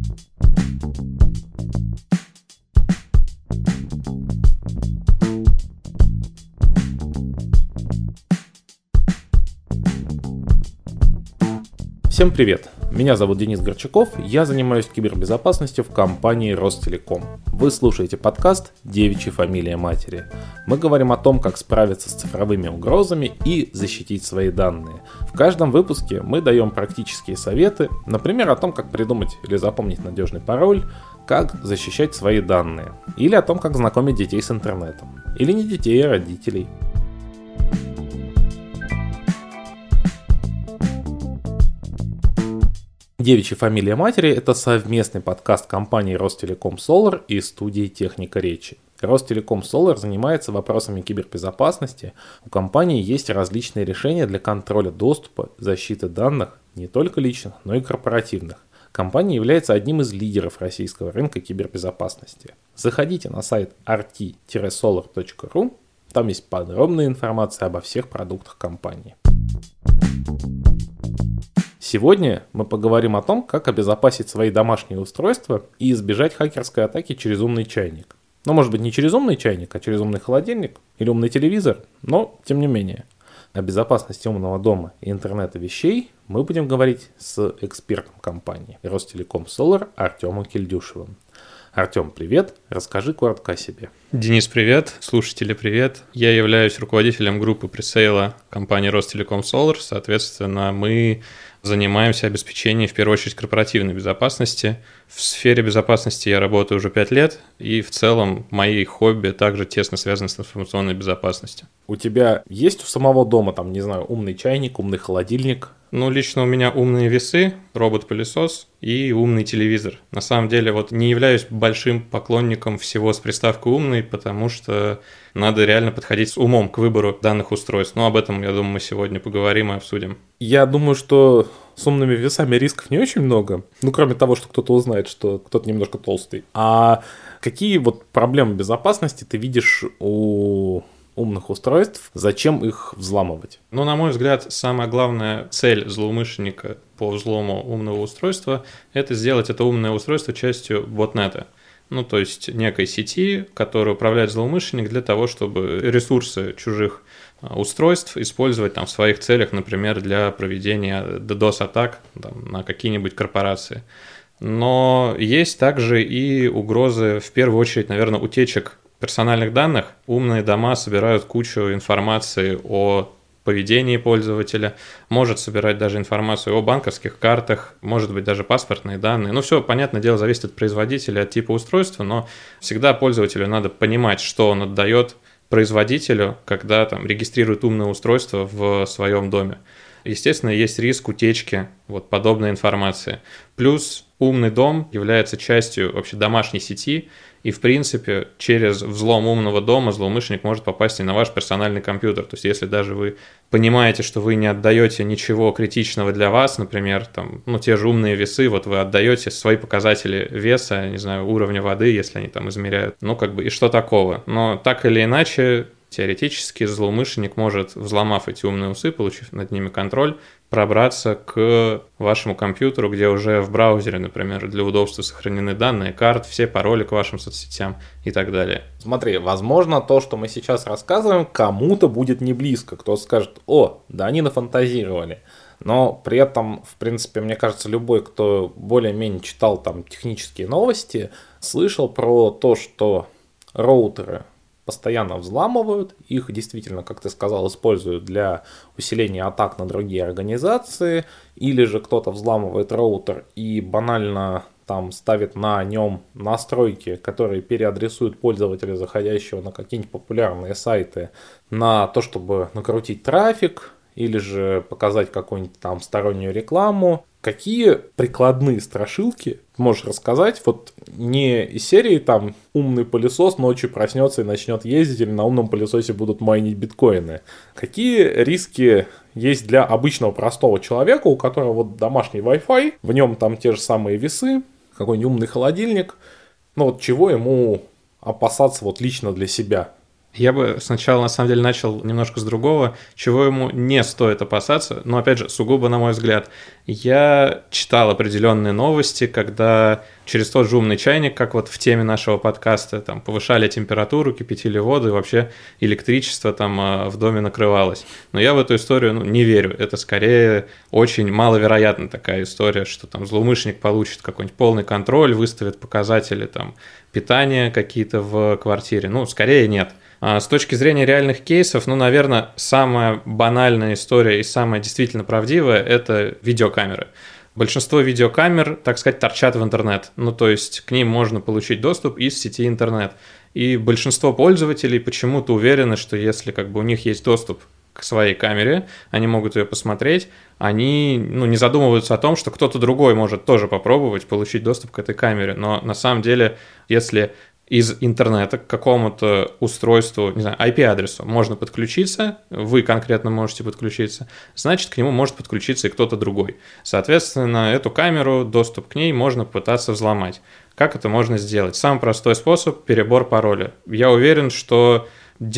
Всем привет! Меня зовут Денис Горчаков, я занимаюсь кибербезопасностью в компании Ростелеком. Вы слушаете подкаст «Девичья фамилия матери». Мы говорим о том, как справиться с цифровыми угрозами и защитить свои данные. В каждом выпуске мы даем практические советы, например, о том, как придумать или запомнить надежный пароль, как защищать свои данные, или о том, как знакомить детей с интернетом, или не детей, а родителей. «Девичья фамилия матери» — это совместный подкаст компании Ростелеком Solar и студии «Техника речи». Ростелеком Solar занимается вопросами кибербезопасности. У компании есть различные решения для контроля доступа, защиты данных, не только личных, но и корпоративных. Компания является одним из лидеров российского рынка кибербезопасности. Заходите на сайт rt-solar.ru, там есть подробная информация обо всех продуктах компании. Сегодня мы поговорим о том, как обезопасить свои домашние устройства и избежать хакерской атаки через умный чайник. Ну, может быть, не через умный чайник, а через умный холодильник или умный телевизор, но тем не менее. О безопасности умного дома и интернета вещей мы будем говорить с экспертом компании Ростелеком Solar Артемом Кильдюшевым. Артем, привет, расскажи коротко о себе. Денис, привет, слушатели, привет. Я являюсь руководителем группы пресейла компании Ростелеком Solar, соответственно, мы занимаемся обеспечением, в первую очередь, корпоративной безопасности. В сфере безопасности я работаю уже 5 лет, и в целом мои хобби также тесно связаны с информационной безопасностью. У тебя есть у самого дома, там, не знаю, умный чайник, умный холодильник? Ну, лично у меня умные весы, робот-пылесос и умный телевизор. На самом деле, вот не являюсь большим поклонником всего с приставкой «умный», потому что надо реально подходить с умом к выбору данных устройств. Но об этом, я думаю, мы сегодня поговорим и обсудим. Я думаю, что с умными весами рисков не очень много. Ну, кроме того, что кто-то узнает, что кто-то немножко толстый. А какие вот проблемы безопасности ты видишь у умных устройств, зачем их взламывать? Ну, на мой взгляд, самая главная цель злоумышленника по взлому умного устройства – это сделать это умное устройство частью ботнета. Ну, то есть некой сети, которую управляет злоумышленник для того, чтобы ресурсы чужих устройств использовать там в своих целях, например, для проведения DDoS-атак на какие-нибудь корпорации. Но есть также и угрозы, в первую очередь, наверное, утечек персональных данных. Умные дома собирают кучу информации о поведении пользователя, может собирать даже информацию о банковских картах, может быть даже паспортные данные. Ну, все, понятное дело, зависит от производителя, от типа устройства, но всегда пользователю надо понимать, что он отдает производителю, когда там регистрирует умное устройство в своем доме. Естественно, есть риск утечки вот подобной информации. Плюс умный дом является частью вообще домашней сети, и, в принципе, через взлом умного дома злоумышленник может попасть и на ваш персональный компьютер. То есть, если даже вы понимаете, что вы не отдаете ничего критичного для вас, например, там, ну, те же умные весы, вот вы отдаете свои показатели веса, не знаю, уровня воды, если они там измеряют, ну, как бы, и что такого. Но так или иначе, теоретически злоумышленник может, взломав эти умные усы, получив над ними контроль, пробраться к вашему компьютеру, где уже в браузере, например, для удобства сохранены данные карт, все пароли к вашим соцсетям и так далее. Смотри, возможно, то, что мы сейчас рассказываем, кому-то будет не близко. Кто-то скажет: о, да они нафантазировали. Но при этом, в принципе, мне кажется, любой, кто более-менее читал там технические новости, слышал про то, что роутеры постоянно взламывают, их действительно, как ты сказал, используют для усиления атак на другие организации, или же кто-то взламывает роутер и банально там ставит на нем настройки, которые переадресуют пользователя, заходящего на какие-нибудь популярные сайты, на то, чтобы накрутить трафик, или же показать какую-нибудь там стороннюю рекламу. Какие прикладные страшилки можешь рассказать? Вот не из серии там умный пылесос ночью проснется и начнет ездить, или на умном пылесосе будут майнить биткоины. Какие риски есть для обычного простого человека, у которого вот домашний Wi-Fi, в нем там те же самые весы, какой-нибудь умный холодильник, ну вот чего ему опасаться вот лично для себя? Я бы сначала, на самом деле, начал немножко с другого, чего ему не стоит опасаться, но, опять же, сугубо на мой взгляд. Я читал определенные новости, когда через тот же умный чайник, как вот в теме нашего подкаста, там повышали температуру, кипятили воду, и вообще электричество там в доме накрывалось. Но я в эту историю не верю. Это скорее очень маловероятная такая история, что там злоумышленник получит какой-нибудь полный контроль, выставит показатели там питания какие-то в квартире. Скорее нет. А с точки зрения реальных кейсов, наверное, самая банальная история и самая действительно правдивая – это видеокамеры. Большинство видеокамер, так сказать, торчат в интернет. То есть к ним можно получить доступ из сети интернет. И большинство пользователей почему-то уверены, что если у них есть доступ к своей камере, они могут ее посмотреть, они не задумываются о том, что кто-то другой может тоже попробовать получить доступ к этой камере. Но на самом деле, если из интернета к какому-то устройству, не знаю, IP-адресу можно подключиться, вы конкретно можете подключиться, значит, к нему может подключиться и кто-то другой. Соответственно, эту камеру, доступ к ней можно попытаться взломать. Как это можно сделать? Самый простой способ – перебор пароля. Я уверен, что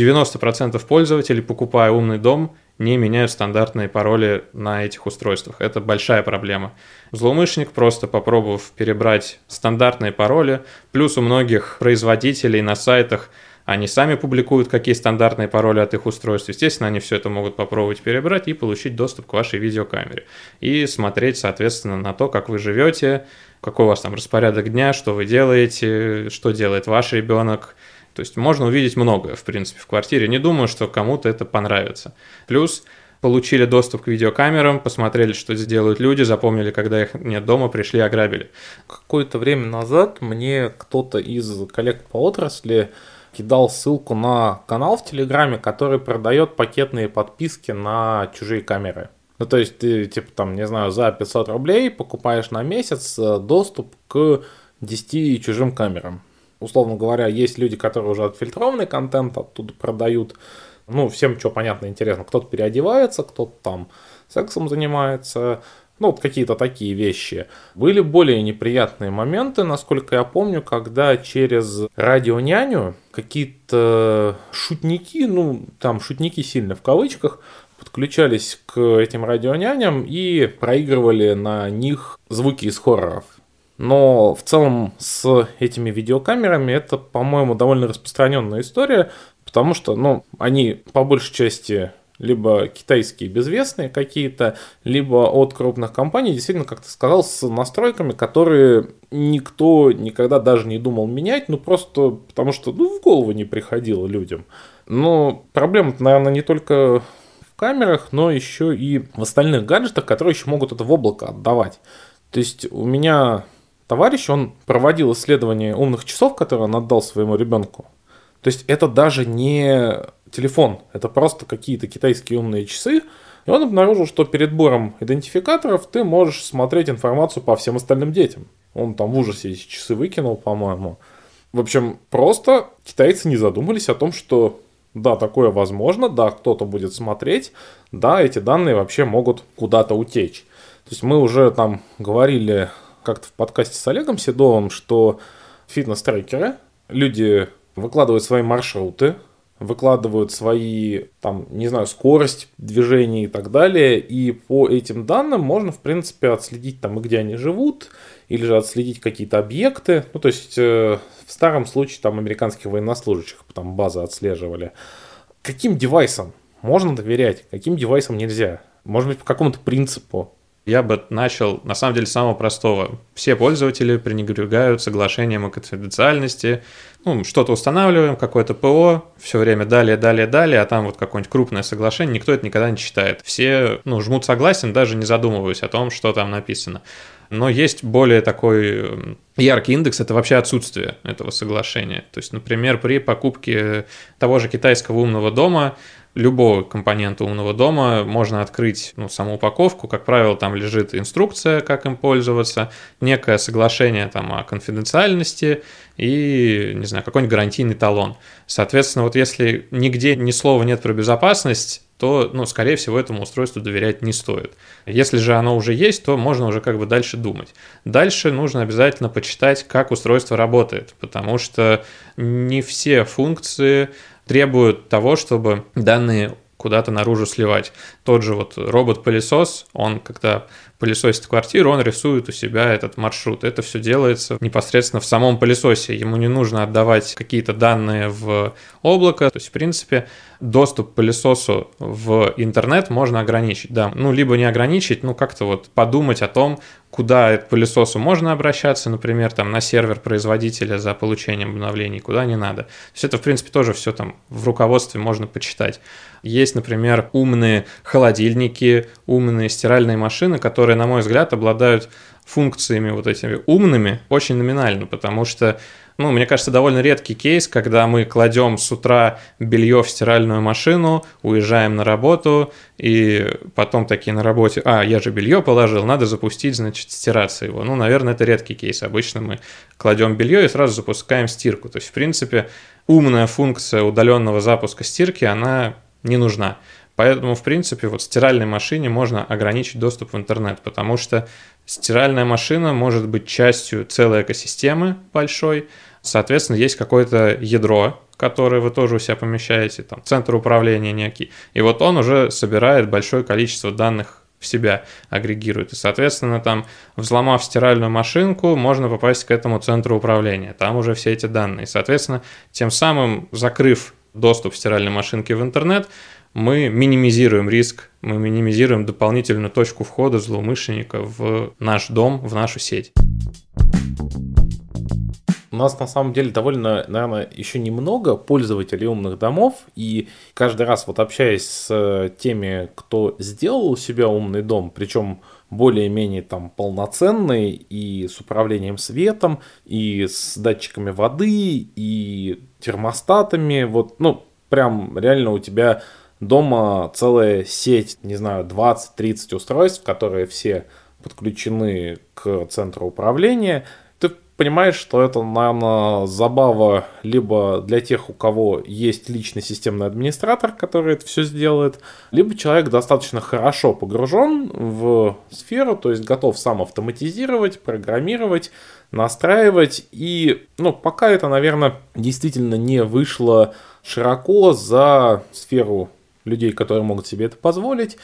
90% пользователей, покупая умный дом, не меняют стандартные пароли на этих устройствах. Это большая проблема. Злоумышленник, просто попробовав перебрать стандартные пароли, плюс у многих производителей на сайтах они сами публикуют, какие стандартные пароли от их устройств. Естественно, они все это могут попробовать перебрать и получить доступ к вашей видеокамере. И смотреть, соответственно, на то, как вы живете, какой у вас там распорядок дня, что вы делаете, что делает ваш ребенок. То есть можно увидеть многое, в принципе, в квартире. Не думаю, что кому-то это понравится. Плюс получили доступ к видеокамерам, посмотрели, что здесь делают люди, запомнили, когда их нет дома, пришли, ограбили. Какое-то время назад мне кто-то из коллег по отрасли кидал ссылку на канал в Телеграме, который продает пакетные подписки на чужие камеры. То есть ты, за 500 рублей покупаешь на месяц доступ к 10 чужим камерам. Условно говоря, есть люди, которые уже отфильтрованный контент оттуда продают. Всем, что понятно, интересно. Кто-то переодевается, кто-то там сексом занимается. Какие-то такие вещи. Были более неприятные моменты, насколько я помню, когда через радионяню какие-то шутники, шутники сильно в кавычках, подключались к этим радионяням и проигрывали на них звуки из хорроров. Но в целом с этими видеокамерами это, по-моему, довольно распространенная история, потому что, они по большей части либо китайские безвестные какие-то, либо от крупных компаний, действительно, как ты сказал, с настройками, которые никто никогда даже не думал менять, просто потому что, в голову не приходило людям. Но проблема-то, наверное, не только в камерах, но еще и в остальных гаджетах, которые еще могут это в облако отдавать. То есть у меня товарищ, он проводил исследование умных часов, которые он отдал своему ребенку. То есть это даже не телефон, это просто какие-то китайские умные часы. И он обнаружил, что перед сбором идентификаторов ты можешь смотреть информацию по всем остальным детям. Он там в ужасе эти часы выкинул, по-моему. В общем, просто китайцы не задумались о том, что да, такое возможно, да, кто-то будет смотреть, да, эти данные вообще могут куда-то утечь. То есть мы уже там говорили как-то в подкасте с Олегом Седовым, что фитнес-трекеры, люди выкладывают свои маршруты, выкладывают свои, скорость движения и так далее, и по этим данным можно, в принципе, отследить где они живут, или же отследить какие-то объекты, то есть в старом случае американских военнослужащих базы отслеживали. Каким девайсам можно доверять, каким девайсам нельзя? Может быть, по какому-то принципу? Я бы начал, на самом деле, с самого простого. Все пользователи пренебрегают соглашением о конфиденциальности. Что-то устанавливаем, какое-то ПО, все время далее, а там какое-нибудь крупное соглашение, никто это никогда не читает. Все, жмут согласен, даже не задумываясь о том, что там написано. Но есть более такой яркий индекс, это вообще отсутствие этого соглашения. То есть, например, при покупке того же китайского умного дома, любого компонента умного дома можно открыть саму упаковку. Как правило, там лежит инструкция, как им пользоваться, некое соглашение о конфиденциальности и, не знаю, какой-нибудь гарантийный талон. Соответственно, если нигде ни слова нет про безопасность, то, скорее всего, этому устройству доверять не стоит. Если же оно уже есть, то можно уже дальше думать. Дальше нужно обязательно почитать, как устройство работает, потому что не все функции требуют того, чтобы данные куда-то наружу сливать. Тот же вот робот-пылесос, он когда пылесосит квартиру, он рисует у себя этот маршрут. Это все делается непосредственно в самом пылесосе. Ему не нужно отдавать какие-то данные в облако. То есть, в принципе, доступ к пылесосу в интернет можно ограничить. Да, либо не ограничить, как-то вот подумать о том, куда к пылесосу можно обращаться, например, там на сервер производителя за получением обновлений, куда не надо. То есть это, в принципе, тоже все там в руководстве можно почитать. Есть, например, умные холодильники, умные стиральные машины, которые, на мой взгляд, обладают функциями вот этими умными очень номинально, потому что, мне кажется, довольно редкий кейс, когда мы кладем с утра белье в стиральную машину, уезжаем на работу, и потом такие на работе: я же белье положил, надо запустить, стираться его. Наверное, это редкий кейс. Обычно мы кладем белье и сразу запускаем стирку. То есть, в принципе, умная функция удаленного запуска стирки, она не нужна. Поэтому, в принципе, вот стиральной машине можно ограничить доступ в интернет, потому что стиральная машина может быть частью целой экосистемы большой. Соответственно, есть какое-то ядро, которое вы тоже у себя помещаете, там, центр управления некий. И вот он уже собирает большое количество данных в себя, агрегирует. И, соответственно, там, взломав стиральную машинку, можно попасть к этому центру управления. Там уже все эти данные. Соответственно, тем самым, закрыв доступ стиральной машинки в интернет, мы минимизируем риск, мы минимизируем дополнительную точку входа злоумышленника в наш дом, в нашу сеть. У нас на самом деле довольно, наверное, еще немного пользователей умных домов, и каждый раз вот общаясь с теми, кто сделал у себя умный дом, причем более-менее там полноценный, и с управлением светом, и с датчиками воды, и термостатами, прям реально у тебя дома целая сеть, не знаю, 20-30 устройств, которые все подключены к центру управления. Ты понимаешь, что это, наверное, забава либо для тех, у кого есть личный системный администратор, который это все сделает, либо человек достаточно хорошо погружен в сферу, то есть готов сам автоматизировать, программировать, настраивать. И, пока это, наверное, действительно не вышло широко за сферу людей, которые могут себе это позволить,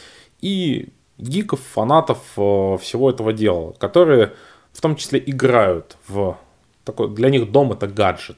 и гиков, фанатов всего этого дела, которые в том числе играют в такой, для них дом это гаджет.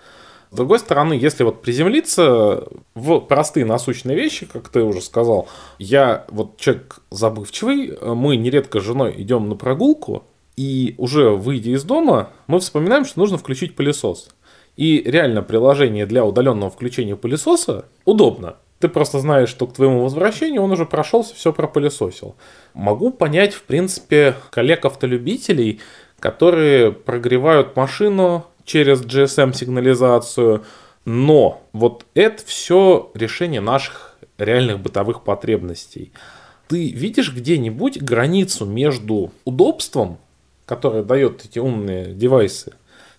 С другой стороны, если вот приземлиться в простые насущные вещи, как ты уже сказал, я вот человек забывчивый, мы нередко с женой идем на прогулку, и уже выйдя из дома, мы вспоминаем, что нужно включить пылесос. И реально приложение для удаленного включения пылесоса удобно. Ты просто знаешь, что к твоему возвращению он уже прошелся, все пропылесосил. Могу понять, в принципе, коллег-автолюбителей, которые прогревают машину через GSM-сигнализацию, но вот это все решение наших реальных бытовых потребностей. Ты видишь где-нибудь границу между удобством, которое дает эти умные девайсы,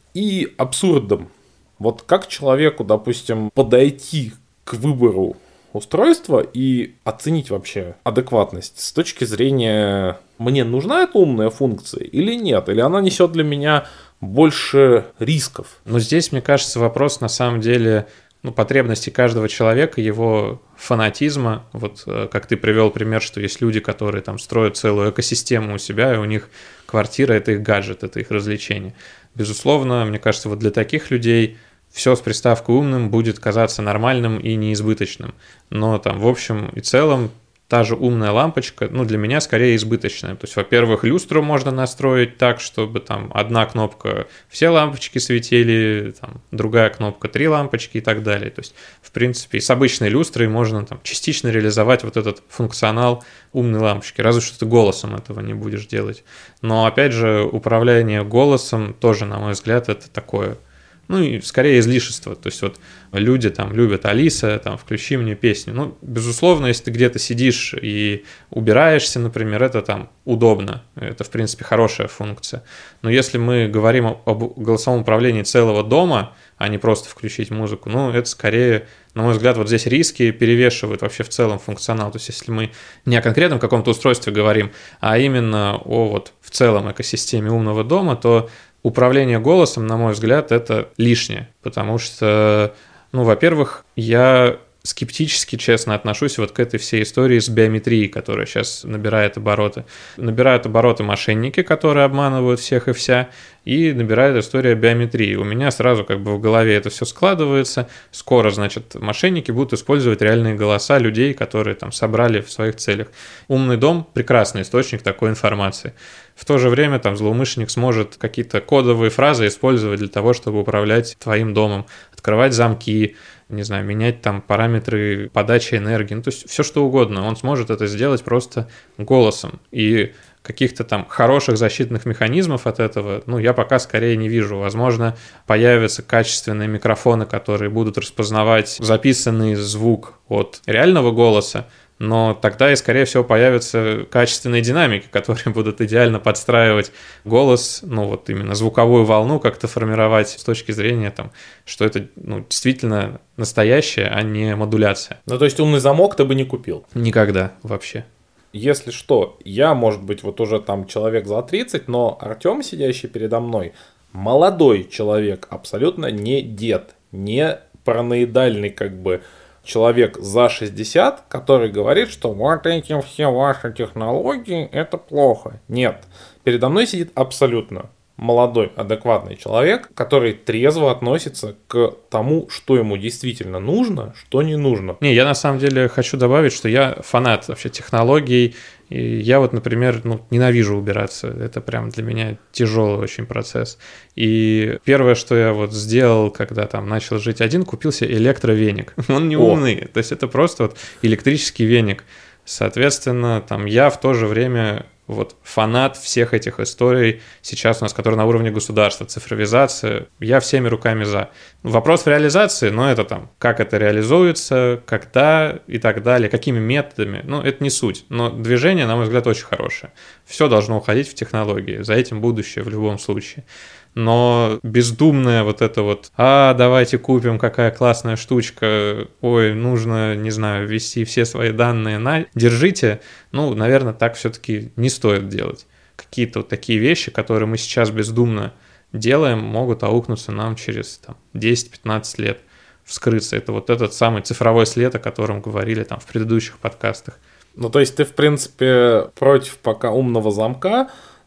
и абсурдом? Вот как человеку, допустим, подойти к выбору устройства и оценить вообще адекватность с точки зрения, мне нужна эта умная функция или нет, или она несет для меня больше рисков? Здесь, мне кажется, вопрос на самом деле потребности каждого человека, его фанатизма. Вот как ты привел пример, что есть люди, которые там строят целую экосистему у себя, и у них квартира – это их гаджет, это их развлечение. Безусловно, мне кажется, вот для таких людей все с приставкой «умным» будет казаться нормальным и неизбыточным. Но там в общем и целом та же умная лампочка, для меня скорее избыточная. То есть, во-первых, люстру можно настроить так, чтобы там одна кнопка все лампочки светили, там другая кнопка 3 лампочки и так далее. То есть, в принципе, и с обычной люстрой можно там частично реализовать вот этот функционал умной лампочки. Разве что ты голосом этого не будешь делать. Но, опять же, управление голосом тоже, на мой взгляд, это такое... и скорее излишество. То есть вот люди там любят Алиса, там включи мне песню. Безусловно, если ты где-то сидишь и убираешься, например, это там удобно. Это, в принципе, хорошая функция. Но если мы говорим об голосовом управлении целого дома, а не просто включить музыку, это скорее, на мой взгляд, вот здесь риски перевешивают вообще в целом функционал. То есть если мы не о конкретном каком-то устройстве говорим, а именно о вот в целом экосистеме умного дома, то управление голосом, на мой взгляд, это лишнее, потому что Ну, во-первых, я скептически, честно, отношусь вот к этой всей истории с биометрией, которая сейчас набирает обороты. Набирают обороты мошенники, которые обманывают всех и вся, и набирает история биометрии. У меня сразу как бы в голове это все складывается. Скоро, значит, мошенники будут использовать реальные голоса людей, которые там собрали в своих целях. Умный дом – прекрасный источник такой информации. В то же время там злоумышленник сможет какие-то кодовые фразы использовать для того, чтобы управлять твоим домом, открывать замки, не знаю, менять там параметры подачи энергии, ну, то есть все что угодно. Он сможет это сделать просто голосом. И каких-то там хороших защитных механизмов от этого, ну, я пока скорее не вижу. Возможно, появятся качественные микрофоны, которые будут распознавать записанный звук от реального голоса, но тогда и, скорее всего, появятся качественные динамики, которые будут идеально подстраивать голос, ну вот именно звуковую волну как-то формировать с точки зрения, там, что это действительно настоящее, а не модуляция. Ну, то есть умный замок ты бы не купил? Никогда вообще. Если что, я, может быть, вот уже там человек за 30, но Артем, сидящий передо мной, молодой человек, абсолютно не дед, не параноидальный как бы человек за 60, который говорит, что вот эти все ваши технологии, это плохо. Нет, передо мной сидит абсолютно молодой, адекватный человек, который трезво относится к тому, что ему действительно нужно, что не нужно. Не, я на самом деле хочу добавить, что я фанат вообще технологий. И я вот, например, ненавижу убираться. Это прям для меня тяжелый очень процесс. И первое, что я вот сделал, когда там начал жить один, купил себе электровеник. Он не умный, то есть это просто вот электрический веник. Соответственно, там я в то же время вот фанат всех этих историй сейчас у нас, которые на уровне государства, цифровизация, я всеми руками за. Вопрос в реализации, но это там, как это реализуется, когда и так далее, какими методами, это не суть. Но движение, на мой взгляд, очень хорошее. Все должно уходить в технологии, за этим будущее в любом случае. Но бездумное вот это вот, давайте купим, какая классная штучка, ой, нужно, не знаю, ввести все свои данные, держите, наверное, так все-таки не стоит делать. Какие-то вот такие вещи, которые мы сейчас бездумно делаем, могут аукнуться нам через 10-15 лет, вскрыться. Это вот этот самый цифровой след, о котором говорили там в предыдущих подкастах. То есть ты, в принципе, против пока умного замка,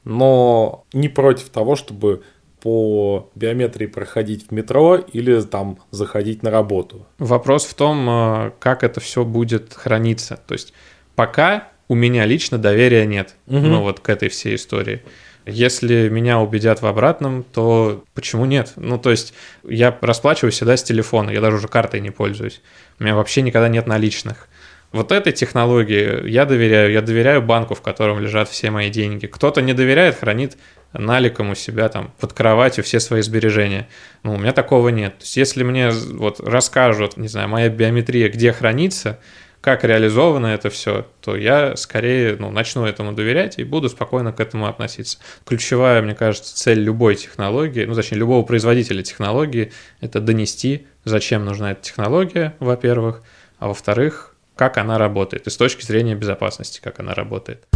но не против того, чтобы по биометрии проходить в метро или там заходить на работу. Вопрос в том, как это все будет храниться. То есть пока у меня лично доверия нет, вот к этой всей истории. Если меня убедят в обратном, то почему нет? То есть я расплачиваюсь всегда с телефона, я даже уже картой не пользуюсь. У меня вообще никогда нет наличных. Вот этой технологии я доверяю банку, в котором лежат все мои деньги. Кто-то не доверяет, хранит наликом у себя там под кроватью все свои сбережения. У меня такого нет. То есть если мне вот расскажут, не знаю, моя биометрия, где хранится, как реализовано это все, то я скорее начну этому доверять и буду спокойно к этому относиться. Ключевая, мне кажется, цель любой технологии, точнее, любого производителя технологии, это донести, зачем нужна эта технология, во-первых, а во-вторых, как она работает, и с точки зрения безопасности, как она работает.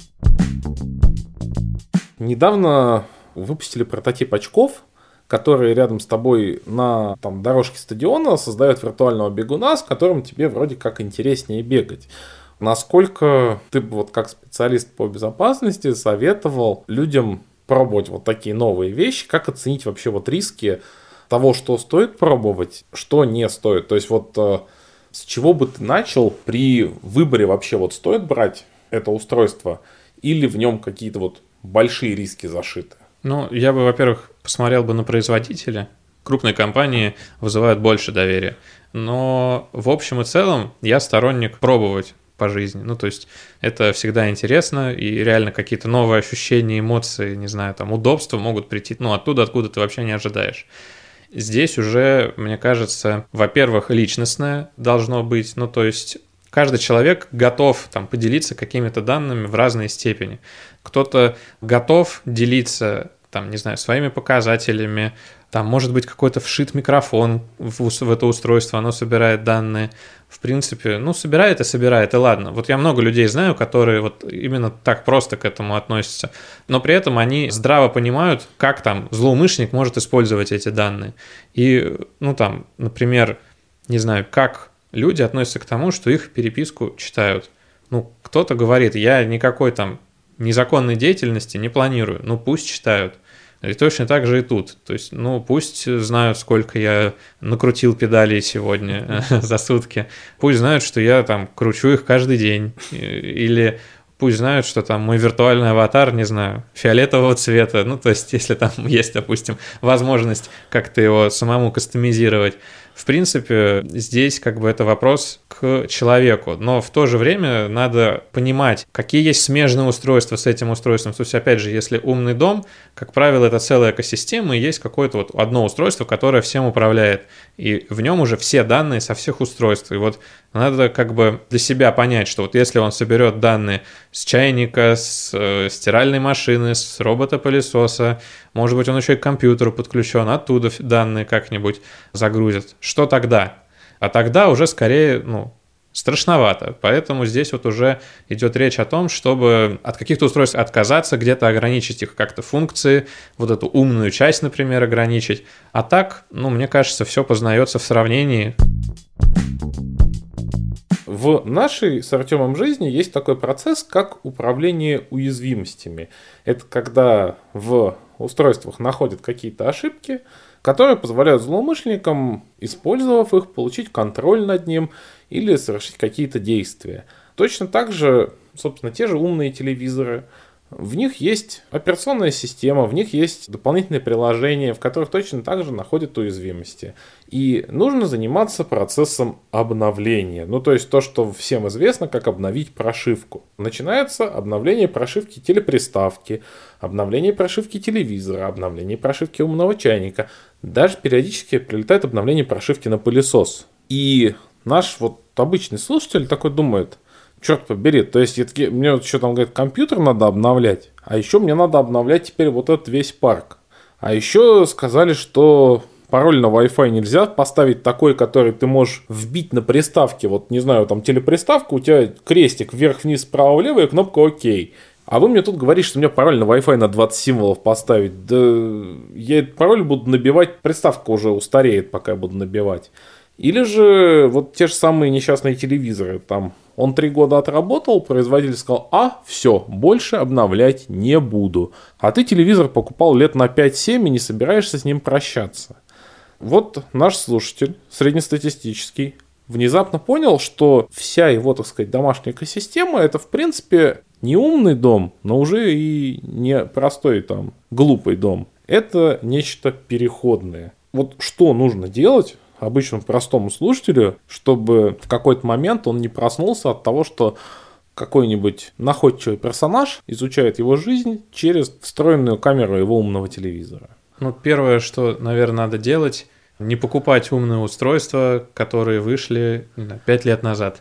Недавно выпустили прототип очков, которые рядом с тобой на дорожке стадиона создают виртуального бегуна, с которым тебе вроде как интереснее бегать. Насколько ты вот как специалист по безопасности советовал людям пробовать вот такие новые вещи, как оценить вообще вот риски того, что стоит пробовать, что не стоит? То есть вот с чего бы ты начал при выборе вообще, вот стоит брать это устройство или в нем какие-то вот большие риски зашиты? Я бы, во-первых, посмотрел бы на производителя. Крупные компании вызывают больше доверия. Но в общем и целом я сторонник пробовать по жизни. То есть это всегда интересно, и реально какие-то новые ощущения, эмоции, не знаю, удобства могут прийти, оттуда, откуда ты вообще не ожидаешь. Здесь уже, мне кажется, во-первых, личностное должно быть, то есть каждый человек готов поделиться какими-то данными в разной степени. Кто-то готов делиться, не знаю, своими показателями, может быть какой-то вшит микрофон в это устройство, оно собирает данные. В принципе, собирает и собирает, и ладно. Вот я много людей знаю, которые вот именно так просто к этому относятся, но при этом они здраво понимают, как злоумышленник может использовать эти данные. И, например, не знаю, как люди относятся к тому, что их переписку читают. Ну, кто-то говорит, я никакой там незаконной деятельности не планирую, ну пусть читают. И точно так же и тут. То есть, ну, пусть знают, сколько я накрутил педалей сегодня за сутки. Пусть знают, что я там кручу их каждый день. Или пусть знают, что там мой виртуальный аватар, не знаю, фиолетового цвета. Ну, то есть, если там есть, допустим, возможность как-то его самому кастомизировать. В принципе, здесь как бы это вопрос к человеку, но в то же время надо понимать, какие есть смежные устройства с этим устройством. То есть, опять же, если умный дом, как правило, это целая экосистема, и есть какое-то вот одно устройство, которое всем управляет, и в нем уже все данные со всех устройств. И вот надо как бы для себя понять, что вот если он соберет данные с чайника, с стиральной машины, с робота-пылесоса, может быть, он еще и к компьютеру подключен, оттуда данные как-нибудь загрузит. Что тогда? А тогда уже скорее, страшновато. Поэтому здесь вот уже идет речь о том, чтобы от каких-то устройств отказаться, где-то ограничить их как-то функции, вот эту умную часть, например, ограничить. А так, мне кажется, все познается в сравнении. В нашей с Артемом жизни есть такой процесс, как управление уязвимостями. Это когда в устройствах находят какие-то ошибки, которые позволяют злоумышленникам, использовав их, получить контроль над ним или совершить какие-то действия. Точно так же, собственно, те же умные телевизоры. В них есть операционная система, в них есть дополнительные приложения, в которых точно так же находят уязвимости. И нужно заниматься процессом обновления. То есть то, что всем известно, как обновить прошивку. Начинается обновление прошивки телеприставки, обновление прошивки телевизора, обновление прошивки умного чайника. Даже периодически прилетает обновление прошивки на пылесос. И наш обычный слушатель такой думает: черт побери, то есть мне еще там говорят, компьютер надо обновлять, а еще мне надо обновлять теперь вот этот весь парк. А еще сказали, что пароль на Wi-Fi нельзя поставить такой, который ты можешь вбить на приставке. Вот, не знаю, там телеприставка, у тебя крестик вверх-вниз, справа-влево и кнопка ОК. А вы мне тут говорите, что мне пароль на Wi-Fi на 20 символов поставить. Да я этот пароль буду набивать, приставка уже устареет, пока я буду набивать. Или же вот те же самые несчастные телевизоры. Там он 3 года отработал, производитель сказал: все, больше обновлять не буду. А ты телевизор покупал лет на 5-7 и не собираешься с ним прощаться. Вот наш слушатель, среднестатистический, внезапно понял, что вся его, так сказать, домашняя экосистема — это, в принципе, не умный дом, но уже и не простой там глупый дом. Это нечто переходное. Вот что нужно делать обычному простому слушателю, чтобы в какой-то момент он не проснулся от того, что какой-нибудь находчивый персонаж изучает его жизнь через встроенную камеру его умного телевизора? Первое, что, наверное, надо делать, не покупать умные устройства, которые вышли 5 лет назад.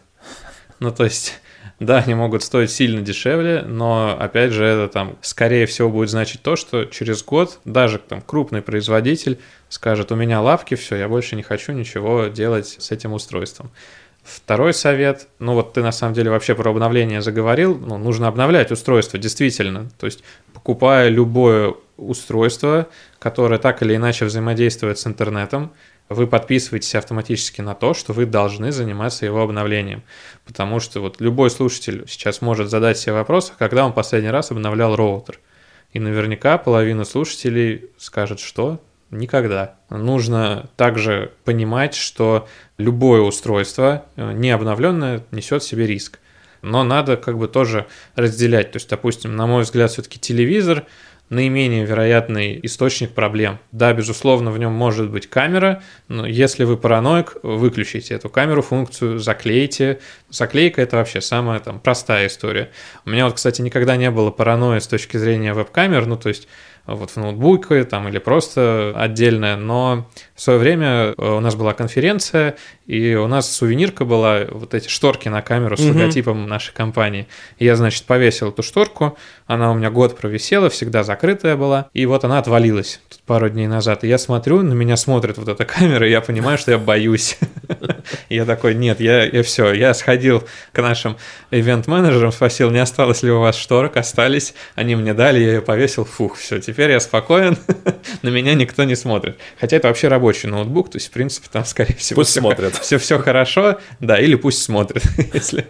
То есть, да, они могут стоить сильно дешевле, но, опять же, это там, скорее всего, будет значить то, что через год даже там крупный производитель скажет: у меня лапки, все, я больше не хочу ничего делать с этим устройством. Второй совет, ты на самом деле вообще про обновление заговорил, нужно обновлять устройство, действительно, то есть покупая любое устройство, которое так или иначе взаимодействует с интернетом, вы подписываетесь автоматически на то, что вы должны заниматься его обновлением. Потому что любой слушатель сейчас может задать себе вопрос, когда он последний раз обновлял роутер. И наверняка половина слушателей скажет, что никогда. Нужно также понимать, что любое устройство не обновленное несет в себе риск. Но надо тоже разделять. То есть, допустим, на мой взгляд, все-таки телевизор наименее вероятный источник проблем. Да, безусловно, в нем может быть камера, но если вы параноик, выключите эту камеру, функцию заклейте. Заклейка — это вообще самая простая история. У меня кстати, никогда не было паранойи с точки зрения веб-камер, то есть в ноутбуке или просто отдельная, но в свое время у нас была конференция, и у нас сувенирка была, эти шторки на камеру с логотипом нашей компании. И я, повесил эту шторку, она у меня год провисела, всегда закрытая была, и она отвалилась пару дней назад. И я смотрю, на меня смотрит эта камера, и я понимаю, что я боюсь. Я такой, нет, я все, я сходил к нашим ивент-менеджерам, спросил, не осталось ли у вас шторок, остались, они мне дали, я ее повесил, фух, все, теперь я спокоен, на меня никто не смотрит. Хотя это вообще рабочий ноутбук, то есть, в принципе, там, скорее всего, пусть смотрят. Все хорошо, да, или пусть смотрят, если...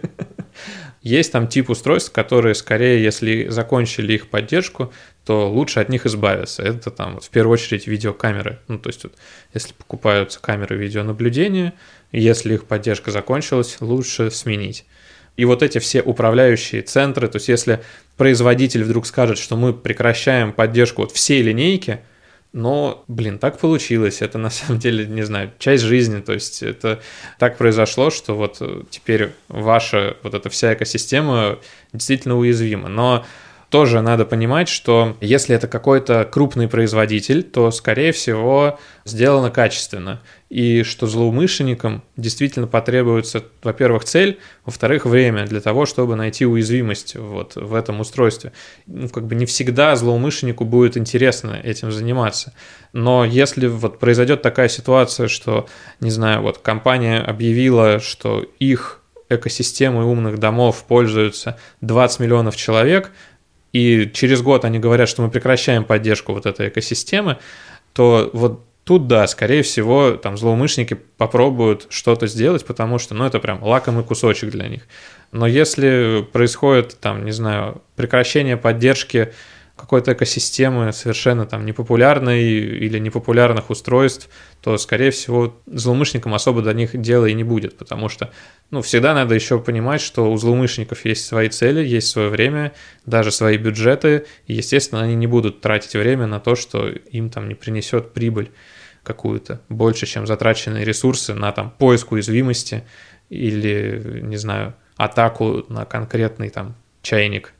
Есть там тип устройств, которые скорее, если закончили их поддержку, то лучше от них избавиться. Это там в первую очередь видеокамеры. Ну, то есть, вот, если покупаются камеры видеонаблюдения, если их поддержка закончилась, лучше сменить. И вот эти все управляющие центры, то есть, если производитель вдруг скажет, что мы прекращаем поддержку вот всей линейки, но, так получилось, это на самом деле, не знаю, часть жизни, то есть это так произошло, что вот теперь ваша вот эта вся экосистема действительно уязвима, но тоже надо понимать, что если это какой-то крупный производитель, то, скорее всего, сделано качественно. И что злоумышленникам действительно потребуется, во-первых, цель, во-вторых, время для того, чтобы найти уязвимость вот в этом устройстве. Не всегда злоумышленнику будет интересно этим заниматься. Но если вот произойдет такая ситуация, что, не знаю, вот компания объявила, что их экосистемой умных домов пользуются 20 миллионов человек, и через год они говорят, что мы прекращаем поддержку вот этой экосистемы, то вот тут, да, скорее всего, там злоумышленники попробуют что-то сделать, потому что, это прям лакомый кусочек для них. Но если происходит, там, не знаю, прекращение поддержки какой-то экосистемы совершенно там непопулярной или непопулярных устройств, то, скорее всего, злоумышленникам особо до них дела и не будет, потому что, всегда надо еще понимать, что у злоумышленников есть свои цели, есть свое время, даже свои бюджеты, и, естественно, они не будут тратить время на то, что им там не принесет прибыль какую-то больше, чем затраченные ресурсы на там поиск уязвимости или, не знаю, атаку на конкретный там чайник.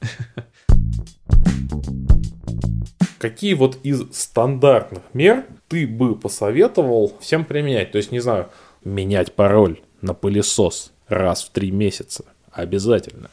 Какие вот из стандартных мер ты бы посоветовал всем применять? То есть, не знаю, менять пароль на пылесос раз в 3 месяца. Обязательно.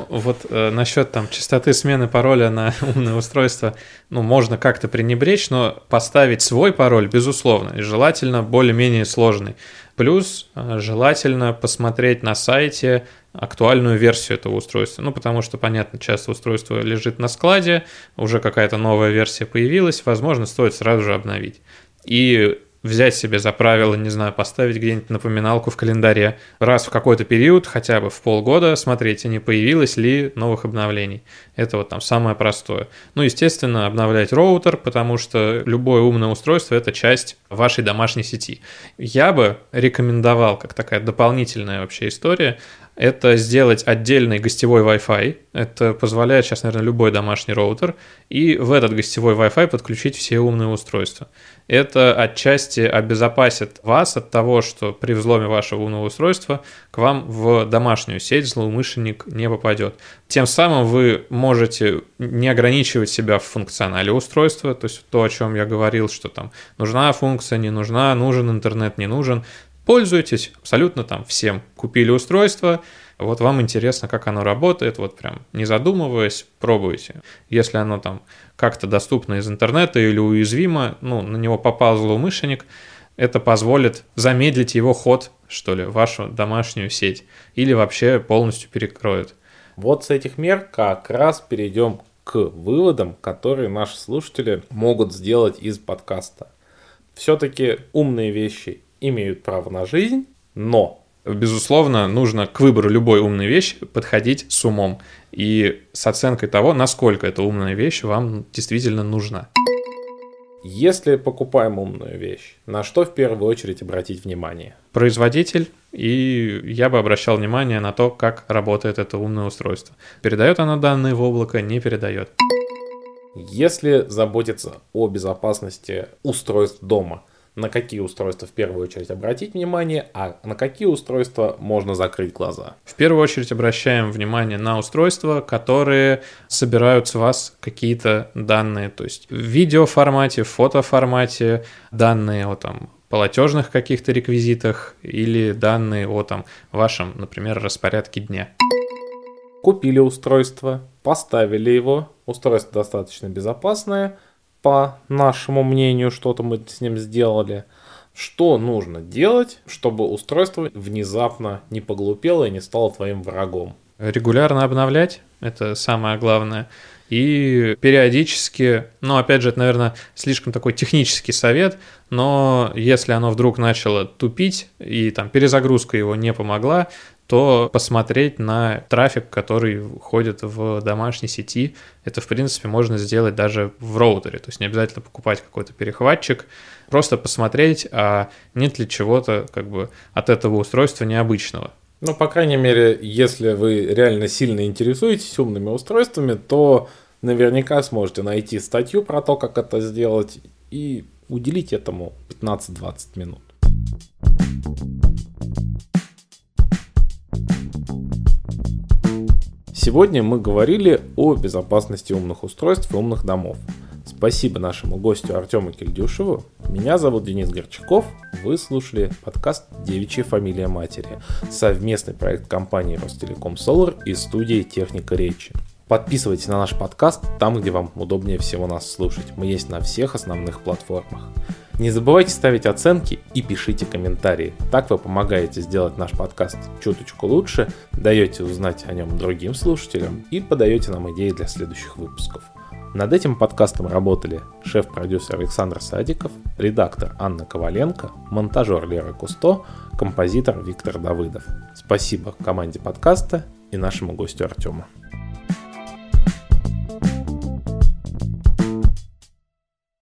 Насчет там частоты смены пароля на умное устройство, можно как-то пренебречь, но поставить свой пароль, безусловно, и желательно более-менее сложный. Плюс желательно посмотреть на сайте актуальную версию этого устройства. Потому что, понятно, часто устройство лежит на складе, уже какая-то новая версия появилась, возможно, стоит сразу же обновить. И взять себе за правило, не знаю, поставить где-нибудь напоминалку в календаре раз в какой-то период, хотя бы в полгода, смотреть, не появилось ли новых обновлений. Это вот там самое простое. Естественно, обновлять роутер, потому что любое умное устройство – это часть вашей домашней сети. Я бы рекомендовал, как такая дополнительная вообще история, это сделать отдельный гостевой Wi-Fi. Это позволяет сейчас, наверное, любой домашний роутер. И в этот гостевой Wi-Fi подключить все умные устройства. Это отчасти обезопасит вас от того, что при взломе вашего умного устройства к вам в домашнюю сеть злоумышленник не попадет. Тем самым вы можете не ограничивать себя в функционале устройства, то есть то, о чем я говорил, что там нужна функция, не нужна, нужен интернет, не нужен. Пользуйтесь абсолютно там всем. Купили устройство, вот вам интересно, как оно работает, вот прям не задумываясь, пробуйте. Если оно там как-то доступно из интернета или уязвимо, на него попал злоумышленник, это позволит замедлить его ход, что ли, в вашу домашнюю сеть или вообще полностью перекроет. Вот с этих мер как раз перейдем к выводам, которые наши слушатели могут сделать из подкаста. Все-таки умные вещи имеют право на жизнь, но, безусловно, нужно к выбору любой умной вещи подходить с умом и с оценкой того, насколько эта умная вещь вам действительно нужна. Если покупаем умную вещь, на что в первую очередь обратить внимание? Производитель, и я бы обращал внимание на то, как работает это умное устройство. Передает оно данные в облако, не передает. Если заботиться о безопасности устройств дома, на какие устройства в первую очередь обратить внимание, а на какие устройства можно закрыть глаза? В первую очередь обращаем внимание на устройства, которые собирают с вас какие-то данные, то есть в видеоформате, в фотоформате, данные о платежных каких-то реквизитах или данные о вашем, например, распорядке дня. Купили устройство, поставили его, устройство достаточно безопасное, по нашему мнению, что-то мы с ним сделали. Что нужно делать, чтобы устройство внезапно не поглупело и не стало твоим врагом? Регулярно обновлять, это самое главное. И периодически, опять же, это, наверное, слишком такой технический совет, но если оно вдруг начало тупить и там перезагрузка его не помогла, то посмотреть на трафик, который ходит в домашней сети. Это, в принципе, можно сделать даже в роутере. То есть не обязательно покупать какой-то перехватчик, просто посмотреть, а нет ли чего-то от этого устройства необычного. По крайней мере, если вы реально сильно интересуетесь умными устройствами, то наверняка сможете найти статью про то, как это сделать, и уделить этому 15-20 минут. Сегодня мы говорили о безопасности умных устройств и умных домов. Спасибо нашему гостю Артему Кельдюшеву. Меня зовут Денис Горчаков. Вы слушали подкаст «Девичья фамилия матери», совместный проект компании Ростелеком Solar и студии Техника Речи. Подписывайтесь на наш подкаст там, где вам удобнее всего нас слушать. Мы есть на всех основных платформах. Не забывайте ставить оценки и пишите комментарии. Так вы помогаете сделать наш подкаст чуточку лучше, даете узнать о нем другим слушателям и подаете нам идеи для следующих выпусков. Над этим подкастом работали шеф-продюсер Александр Садиков, редактор Анна Коваленко, монтажер Лера Кусто, композитор Виктор Давыдов. Спасибо команде подкаста и нашему гостю Артему.